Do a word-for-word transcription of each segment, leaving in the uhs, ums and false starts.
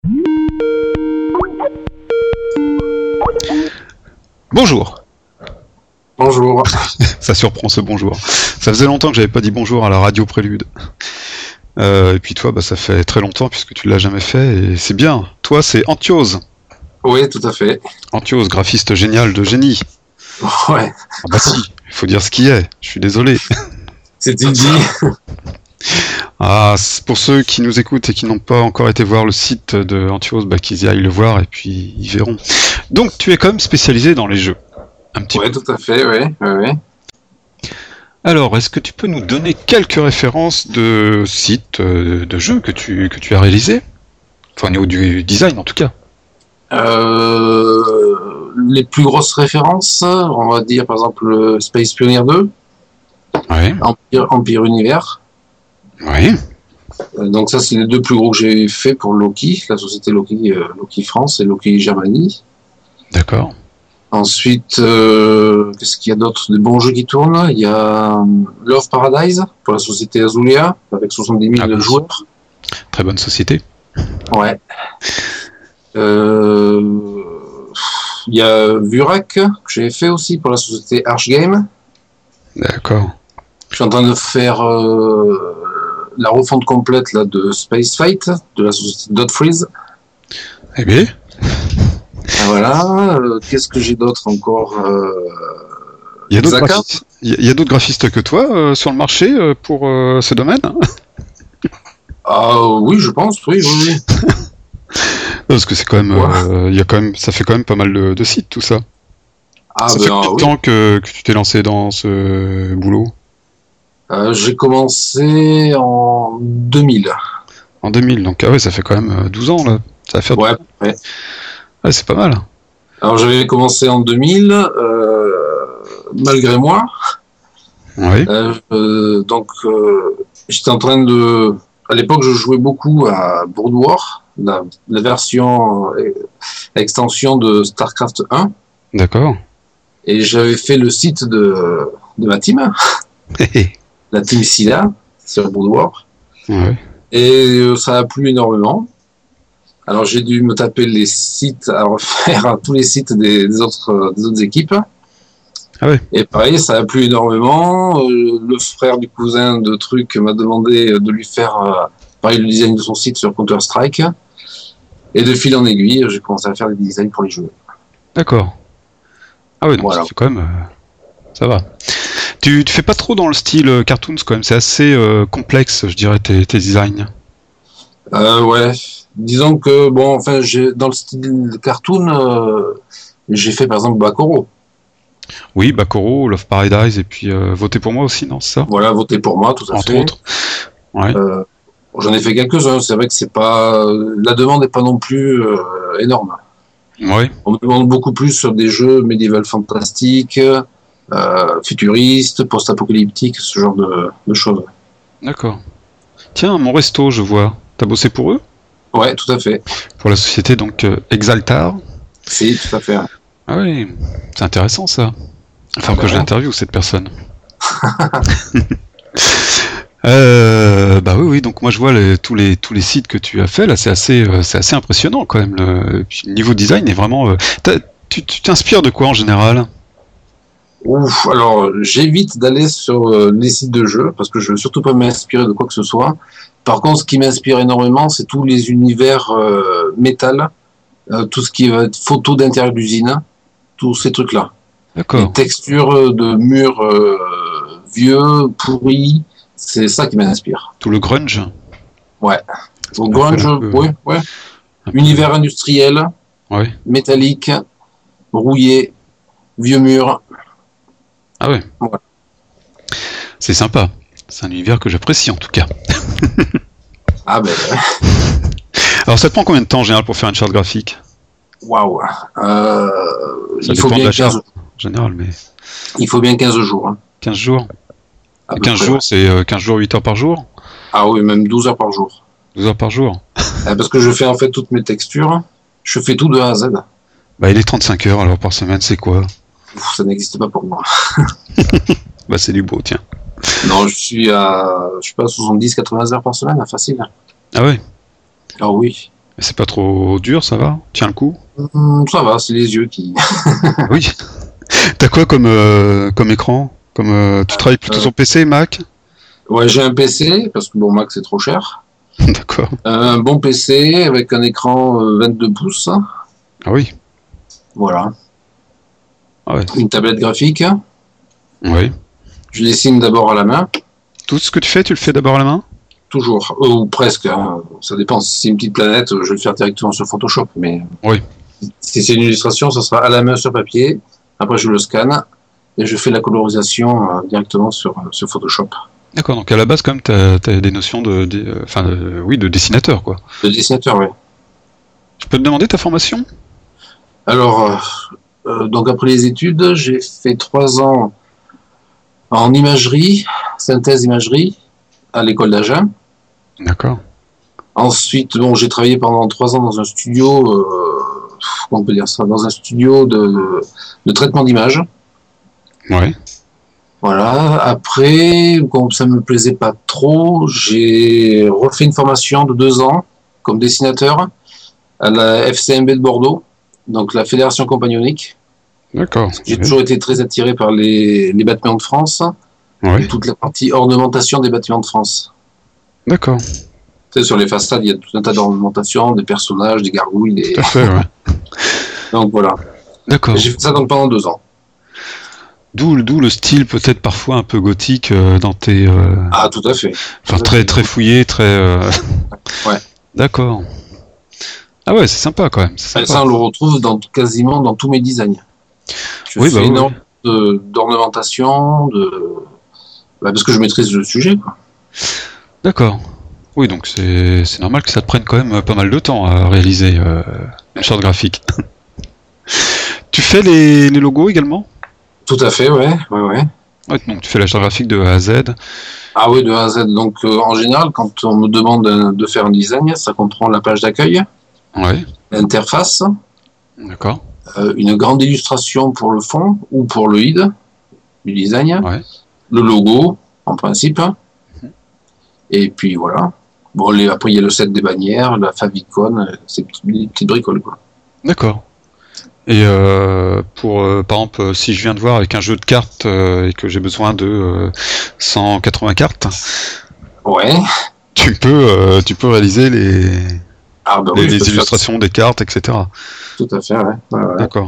Bonjour. Bonjour. Ça surprend ce bonjour. Ça faisait longtemps que j'avais pas dit bonjour à la radio Prélude. Euh, et puis toi, bah, ça fait très longtemps puisque tu l'as jamais fait et c'est bien. Toi, c'est Anthiose. Oui, tout à fait. Anthiose, graphiste génial de génie. Ouais. Ah bah si, il faut dire ce qui est. Je suis désolé. C'est dit. Ah, pour ceux qui nous écoutent et qui n'ont pas encore été voir le site de Anthiose, bah, qu'ils y aillent le voir et puis ils verront. Donc, tu es quand même spécialisé dans les jeux. Un petit ouais, peu. tout à fait, oui. Ouais, ouais. Alors, est-ce que tu peux nous donner quelques références de sites, euh, de jeux que tu, que tu as réalisés? Enfin, au niveau du design, en tout cas. Euh, les plus grosses références, on va dire par exemple Space Pioneer deux, Ouais. Empire, Empire Univers. Oui. Euh, donc ça, c'est les deux plus gros que j'ai fait pour Loki, la société Loki, euh, Loki France et Loki Germany. D'accord. Ensuite, euh, qu'est-ce qu'il y a d'autre? Des bons jeux qui tournent. Il y a Love Paradise pour la société Azulia avec soixante-dix mille Ah, joueurs. Très bonne société. Ouais. Euh, il y a Vurak que j'ai fait aussi pour la société Arch Game. D'accord. Je suis en train de faire euh, la refonte complète là, de Space Fight de la société Dot Freeze. Eh bien. Voilà. Euh, qu'est-ce que j'ai d'autre encore? euh, Il y a d'autres Zaka. graphistes, il y a d'autres graphistes que toi euh, sur le marché euh, pour euh, ce domaine? Ah oui, je pense, oui, oui, oui. Parce que c'est quand même, euh, il y a quand même, ça fait quand même pas mal de, de sites tout ça. Ah ça ben fait combien de oui. temps que, que tu t'es lancé dans ce boulot? Euh, j'ai commencé en deux mille. En deux mille, donc ah ouais, ça fait quand même douze ans là. Ça va faire Ouais, ouais. Ouais, c'est pas mal. Alors j'avais commencé en deux mille, euh, malgré moi. Oui. Euh, euh, donc euh, j'étais en train de... À l'époque, je jouais beaucoup à Brood War, la, la version euh, extension de StarCraft un. D'accord. Et j'avais fait le site de, de ma team, la team Scylla, sur Brood War. Ouais. Et euh, ça a plu énormément. Alors j'ai dû me taper les sites à refaire, à tous les sites des, des, autres, des autres équipes. Ah ouais. Et pareil, ça a plu énormément. Euh, le frère du cousin de truc m'a demandé de lui faire euh, pareil, le design de son site sur Counter-Strike. Et de fil en aiguille, j'ai commencé à faire des designs pour les jeux. D'accord. Ah ouais, donc Voilà. ça fait quand même... euh, ça va. Tu, tu fais pas trop dans le style euh, cartoons quand même, c'est assez euh, complexe, je dirais, tes, tes designs. Euh, ouais. Disons que, bon, enfin, j'ai, dans le style cartoon, euh, j'ai fait par exemple Bakoro. Oui, Bakoro, Love Paradise, et puis euh, Votez pour moi aussi, non, c'est ça? Voilà, votez pour moi, tout à Entre fait. autres. Ouais. Euh, j'en ai fait quelques-uns. C'est vrai que c'est pas, la demande n'est pas non plus euh, énorme. Ouais. On me demande beaucoup plus sur des jeux médiéval fantastiques, euh, futuristes, post-apocalyptiques, ce genre de, de choses. D'accord. Tiens, mon resto, je vois. T'as bossé pour eux? Ouais, tout à fait. Pour la société, donc, euh, Exaltar. Si, tout à fait. Ah oui, c'est intéressant ça. Enfin, Ah que ben je ouais. l'interviewe, cette personne. euh, bah oui, oui, donc moi je vois les, tous, les, tous les sites que tu as fait, là, c'est assez, euh, c'est assez impressionnant quand même. Le, puis le niveau design est vraiment... Euh, t'as- tu tu t'inspires de quoi en général? Ouf, alors j'évite d'aller sur euh, les sites de jeux parce que je veux surtout pas m'inspirer de quoi que ce soit. Par contre, ce qui m'inspire énormément, c'est tous les univers euh, métal, euh, tout ce qui va être photo d'intérieur d'usine, tous ces trucs-là. Les D'accord. textures de murs euh, vieux, pourris, c'est ça qui m'inspire. Tout le grunge? Ouais. Parce Au qu'on appelle grunge, un peu- ouais, ouais. un peu- Univers industriel, Ouais. métallique, rouillé, vieux murs. Ah ouais. Ouais. C'est sympa. C'est un univers que j'apprécie en tout cas. Ah ben, Alors ça te prend combien de temps en général pour faire une charte graphique? waouh. Euh, Ça il faut dépend de bien la quinze, charte en général, mais il faut bien quinze jours. Hein, quinze jours. à Et peu quinze près, jours, ouais. c'est euh, quinze jours, huit heures par jour? Ah oui, même douze heures par jour. douze heures par jour? Euh, Parce que je fais en fait toutes mes textures. Je fais tout de A à Z. Bah il est trente-cinq heures alors par semaine, c'est quoi? Ouf, ça n'existe pas pour moi. Bah c'est du beau, tiens. Non, je suis à, je sais pas, soixante-dix, quatre-vingts heures par semaine, facile. Ah ouais? Ah oui. Mais c'est pas trop dur, ça va? Tiens le coup? Hum, ça va, c'est les yeux qui. Oui. T'as quoi comme, euh, comme écran? Comme, euh, tu travailles plutôt Euh, sur P C, Mac? ouais, j'ai un P C, parce que bon, Mac c'est trop cher. D'accord. Un bon P C avec un écran euh, vingt-deux pouces. Ah oui. Voilà. Ah ouais. Une tablette graphique. Oui. Je dessine d'abord à la main. Tout ce que tu fais, tu le fais d'abord à la main? Toujours. Euh, ou presque. Hein. Ça dépend. Si c'est une petite planète, je vais le faire directement sur Photoshop. Mais Oui. si c'est une illustration, ça sera à la main sur papier. Après, je le scanne et je fais la colorisation euh, directement sur, euh, sur Photoshop. D'accord, donc à la base, quand même, t'as, t'as des notions de, de- euh, enfin, de- oui, de dessinateur, quoi. Le dessinateur, oui. Je peux te demander ta formation? Alors, euh, euh, donc après les études, j'ai fait trois ans en imagerie, synthèse imagerie, à l'école d'Agen. D'accord. Ensuite, bon, j'ai travaillé pendant trois ans dans un studio, euh, comment on peut dire ça, dans un studio de, de traitement d'images. Ouais. Voilà. Après, comme ça me plaisait pas trop, j'ai refait une formation de deux ans comme dessinateur à la F C M B de Bordeaux, donc la Fédération Compagnonique. D'accord. J'ai Oui. toujours été très attiré par les, les bâtiments de France et Ouais. toute la partie ornementation des bâtiments de France. D'accord. Tu sais, sur les façades, il y a tout un tas d'ornementations, des personnages, des gargouilles, des... Tout à fait, ouais. Donc voilà. D'accord. J'ai fait ça donc pendant deux ans. D'où, d'où le style peut-être parfois un peu gothique euh, dans tes, euh, Ah, tout à fait. enfin Tout à très fait. très fouillé, très. euh, Ouais. D'accord. Ah ouais, c'est sympa quand même. C'est Et sympa. ça, on le retrouve dans, quasiment dans tous mes designs. Je Oui, bah fais oui. Oui. énormément de- d'ornementation, de... bah, parce que je maîtrise le sujet, quoi. D'accord. Oui, donc c'est c'est normal que ça te prenne quand même pas mal de temps à réaliser euh, une charte graphique. Tu fais les, les logos également? Tout à fait, ouais, ouais, ouais. Ouais, donc tu fais la charte graphique de A à Z. Ah oui, de A à Z. Donc, euh, en général, quand on me demande euh, de faire un design, ça comprend la page d'accueil, Ouais, l'interface, d'accord. euh, une grande illustration pour le fond ou pour le head du design, Ouais. le logo, en principe, et puis voilà. Bon, les, après, il y a le set des bannières, la favicon, euh, ces petites, des petites bricoles, quoi. D'accord. Et euh, pour, euh, par exemple, euh, si je viens de voir avec un jeu de cartes euh, et que j'ai besoin de euh, cent quatre-vingts cartes, Ouais. tu peux, euh, tu peux réaliser les, Ah, bah les, oui, je les peux te faire illustrations des cartes, et cetera. tout à fait, ouais. Ouais, ouais. D'accord.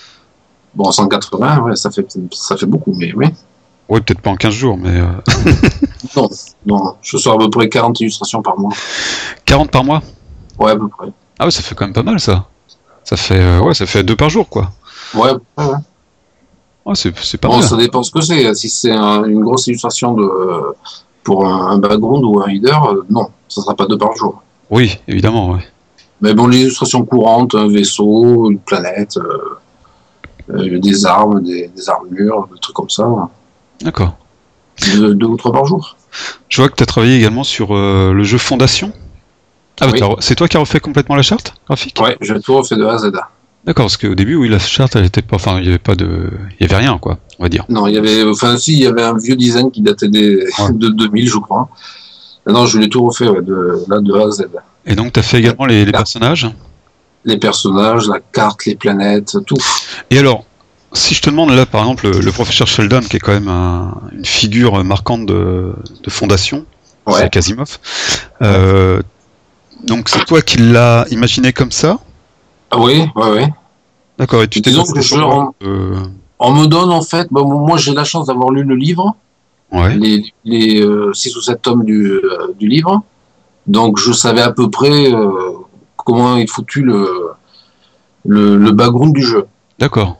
Bon, cent quatre-vingts, ouais, ça fait, ça fait beaucoup, mais oui. Oui, peut-être pas en quinze jours, mais euh, Non, non, je sors à peu près quarante illustrations par mois. quarante par mois? Ouais, à peu près. Ah ouais, ça fait quand même pas mal ça. Ça fait, euh, ouais, ça fait deux par jour, quoi. Ouais, ouais, ouais. Ouais, c'est c'est pas Bon, mal. ça dépend ce que c'est. Si c'est un- une grosse illustration de, pour un, un background ou un header, euh, non, ça sera pas deux par jour. Oui, évidemment, ouais. Mais bon, l'illustration courante, un vaisseau, une planète, euh, euh, des armes, des, des armures, des trucs comme ça, D'accord. deux, deux ou trois par jour. Je vois que tu as travaillé également sur euh, le jeu Fondation. Ah, bah, Oui. t'as re- c'est toi qui as refait complètement la charte graphique? Ouais, j'ai tout refait de A à Z. D'accord, parce qu'au début, oui, la charte, elle était pas, enfin, il y avait pas de, il y avait rien, quoi, on va dire. Non, il y avait, enfin, si, il y avait un vieux design qui datait des, Ouais. de deux mille, je crois. Non, je l'ai tout refait, ouais, de, là, de A à Z. Et donc, tu as fait également les, les personnages. Les personnages, la carte, les planètes, tout. Et alors, si je te demande là, par exemple, le, le professeur Sheldon, qui est quand même un- une figure marquante de, de Fondation, Ouais. c'est Asimov. Euh, donc, c'est toi qui l'as imaginé comme ça? Ah oui, ouais, ouais. D'accord, et tu t'es Disons basé que sur je, quoi? on, Euh, on me donne en fait, bon, moi j'ai la chance d'avoir lu le livre, Ouais, les, les euh, six ou sept tomes du, euh, du livre, donc je savais à peu près euh, comment est foutu le, le, le background du jeu. d'accord.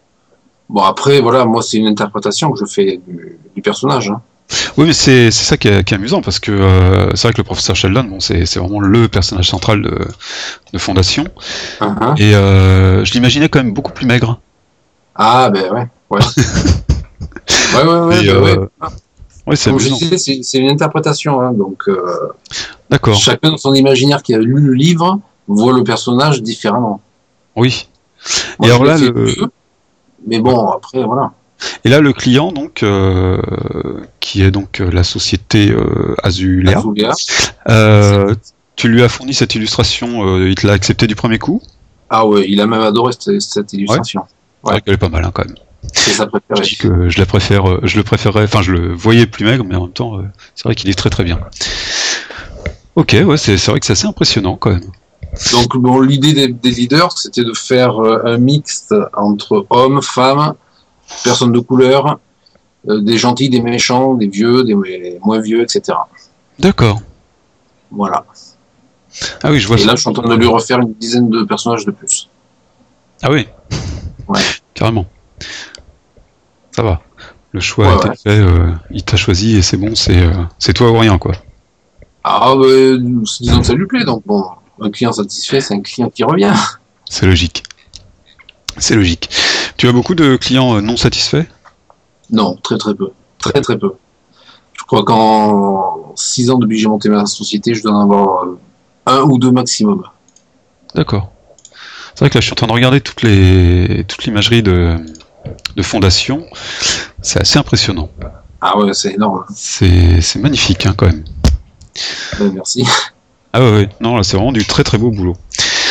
Bon après, voilà, moi c'est une interprétation que je fais du, du personnage. Hein. Oui, mais c'est c'est ça qui est, qui est amusant parce que euh, c'est vrai que le professeur Sheldon, bon, c'est c'est vraiment le personnage central de, de Fondation. Uh-huh. Et euh, je l'imaginais quand même beaucoup plus maigre. Ah ben ouais, ouais. ouais, ouais, ouais, Et, ben ouais. euh, ouais, c'est Comme je amusant. disais, c'est c'est une interprétation, hein, donc euh, D'accord. chacun dans son imaginaire qui a lu le livre voit le personnage différemment. Oui. Moi Et je alors l'ai là, fait le, mieux, mais bon, après, voilà. et là, le client, donc, euh, qui est donc euh, la société euh, Azulea, Azulia. euh, tu lui as fourni cette illustration, euh, il te l'a accepté du premier coup? Ah ouais, il a même adoré cette, cette illustration. C'est vrai qu'elle est pas mal hein, quand même. C'est sa préférée. Je dis que je la préfère, euh, je le préférais, enfin je le voyais plus maigre, mais en même temps, euh, c'est vrai qu'il est très très bien. Ok, ouais, c'est c'est vrai que c'est assez impressionnant quand même. Donc bon, l'idée des, des leaders, c'était de faire euh, un mixte entre hommes, femmes, personnes de couleur, euh, des gentils, des méchants, des vieux, des moins vieux, et cetera. D'accord. Voilà. Ah oui, je vois Et ça. là, je suis en train de lui refaire une dizaine de personnages de plus. Ah oui. Ouais. Carrément. Ça va. Le choix Ouais, a été ouais. fait, euh, il t'a choisi et c'est bon, c'est euh, c'est toi ou rien quoi. Ah, euh, disons que ça lui plaît, donc bon, un client satisfait, c'est un client qui revient. C'est logique. C'est logique. Tu as beaucoup de clients euh, non satisfaits? Non, très très peu. Très très peu. Je crois qu'en six ans depuis que j'ai monté ma société, je dois en avoir euh, un ou deux maximum. D'accord. C'est vrai que là je suis en train de regarder toutes les toute l'imagerie de, de fondation. C'est assez impressionnant. Ah ouais, c'est énorme. C'est c'est magnifique hein, quand même. Ben, merci. Ah ouais, ouais. Non là c'est vraiment du très très beau boulot.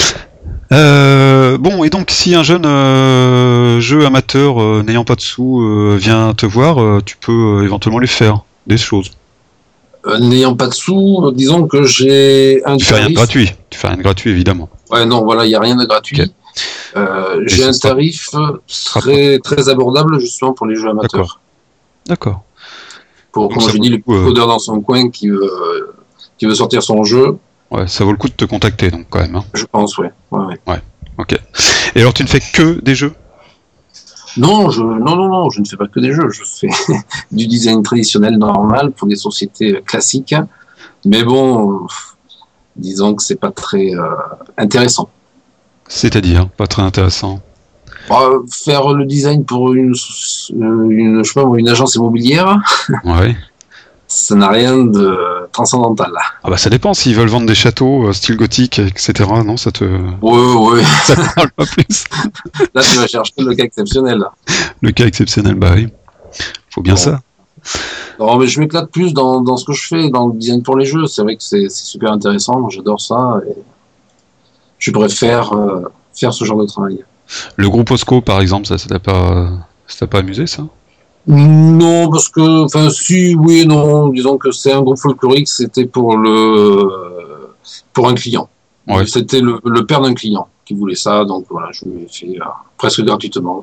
Euh, bon, et donc si un jeune euh, jeu amateur euh, n'ayant pas de sous euh, vient te voir, euh, tu peux euh, éventuellement lui faire des choses. Euh, N'ayant pas de sous, euh, disons que j'ai un Tu fais rien de tarif. gratuit. Tu fais rien de gratuit évidemment. Ouais, non, voilà, il n'y a rien de gratuit. Ok. Euh, Et j'ai ce un sera- tarif sera très, très abordable justement pour les jeux amateurs. D'accord. D'accord. Pour, Donc comme ça je vaut dis, le le coup, euh, codeur dans son coin qui veut, qui veut sortir son jeu, ouais, ça vaut le coup de te contacter donc quand même. Hein. je pense, ouais. ouais, ouais. Ok. Et alors tu ne fais que des jeux? Non, je, non, non, non, je ne fais pas que des jeux. Je fais du design traditionnel normal pour des sociétés classiques. Mais bon, euh, disons que c'est pas très euh, intéressant. C'est-à-dire, pas très intéressant. Euh, faire le design pour une, euh, une, je sais pas, moi, une agence immobilière, Ouais. ça n'a rien de transcendantal. Ah bah ça dépend s'ils veulent vendre des châteaux euh, style gothique, et cetera. Non, ça te, Ouais, ouais. ça te parle pas plus. Là, tu vas chercher le cas exceptionnel. Le cas exceptionnel, bah oui. Faut bien Bon. ça. Non, mais je m'éclate plus dans, dans ce que je fais, dans le design pour les jeux. C'est vrai que c'est c'est super intéressant. Moi, j'adore ça. Et je préfère euh, faire ce genre de travail. Le groupe Osco, par exemple, ça, ça t'a pas, ça t'a pas amusé, ça? Non, parce que, enfin, si, oui et non. Disons que c'est un groupe folklorique. C'était pour le, pour un client. Ouais. C'était le, le père d'un client qui voulait ça. Donc voilà, je lui ai fait euh, presque gratuitement.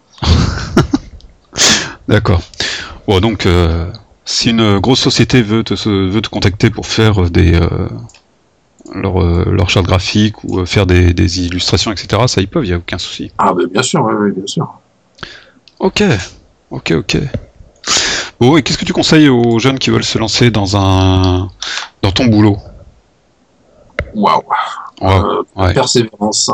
D'accord. Bon, donc, euh, si une grosse société veut te, veut te contacter pour faire des, euh, leur, euh, leur charte graphique ou euh, faire des, des illustrations, et cetera, ça ils peuvent, il n'y a aucun souci. Ah, ben bien sûr, oui, oui, bien sûr. Ok, ok, ok. Bon, et qu'est-ce que tu conseilles aux jeunes qui veulent se lancer dans un, dans ton boulot? Waouh. Ouais, Euh, ouais. Persévérance.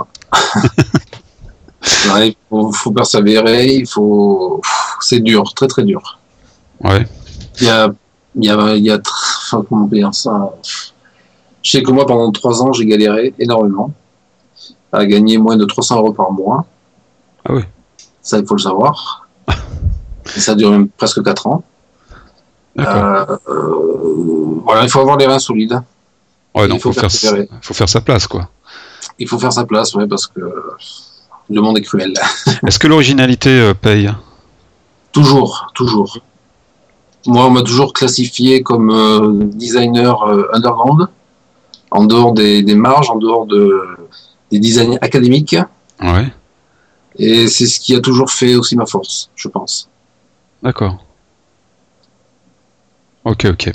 Ouais, il faut, faut persévérer, il faut. C'est dur, très très dur. Ouais. Il y a, il y a, il y a, tr- enfin, comment dire ça. Je sais que moi, pendant trois ans, j'ai galéré énormément à gagner moins de trois cents euros par mois. Ah oui. Ça, il faut le savoir. Et ça dure même presque quatre ans. D'accord. Euh, euh, voilà, il faut avoir les reins solides. Ouais, il donc faut faut faire, persévérer. faut faire sa place, quoi. Il faut faire sa place, ouais, parce que le monde est cruel. Est-ce que l'originalité euh, paye? Toujours, toujours. Moi, on m'a toujours classifié comme euh, designer euh, underground, en dehors des, des marges, en dehors de, des designs académiques. Ouais. Et c'est ce qui a toujours fait aussi ma force, je pense. D'accord. Ok, ok.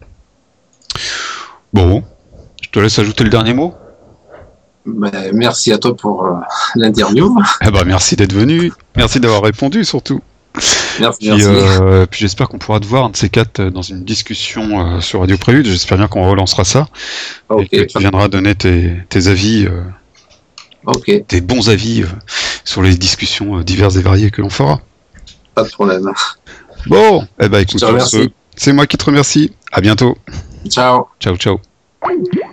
Bon, je te laisse ajouter le dernier mot. Ben, merci à toi pour euh, l'interview. Eh ben, merci d'être venu. Merci d'avoir répondu, surtout. Merci, Puis, merci. euh, puis j'espère qu'on pourra te voir un de ces quatre euh, dans une discussion euh, sur Radio Prélude. J'espère bien qu'on relancera ça. Ok, Et que tu viendras donner tes, tes avis, euh, ok, tes bons avis euh, sur les discussions euh, diverses et variées que l'on fera. pas de problème. Bon, eh ben écoute, Je te remercie. c'est moi qui te remercie. À bientôt. Ciao. Ciao, ciao.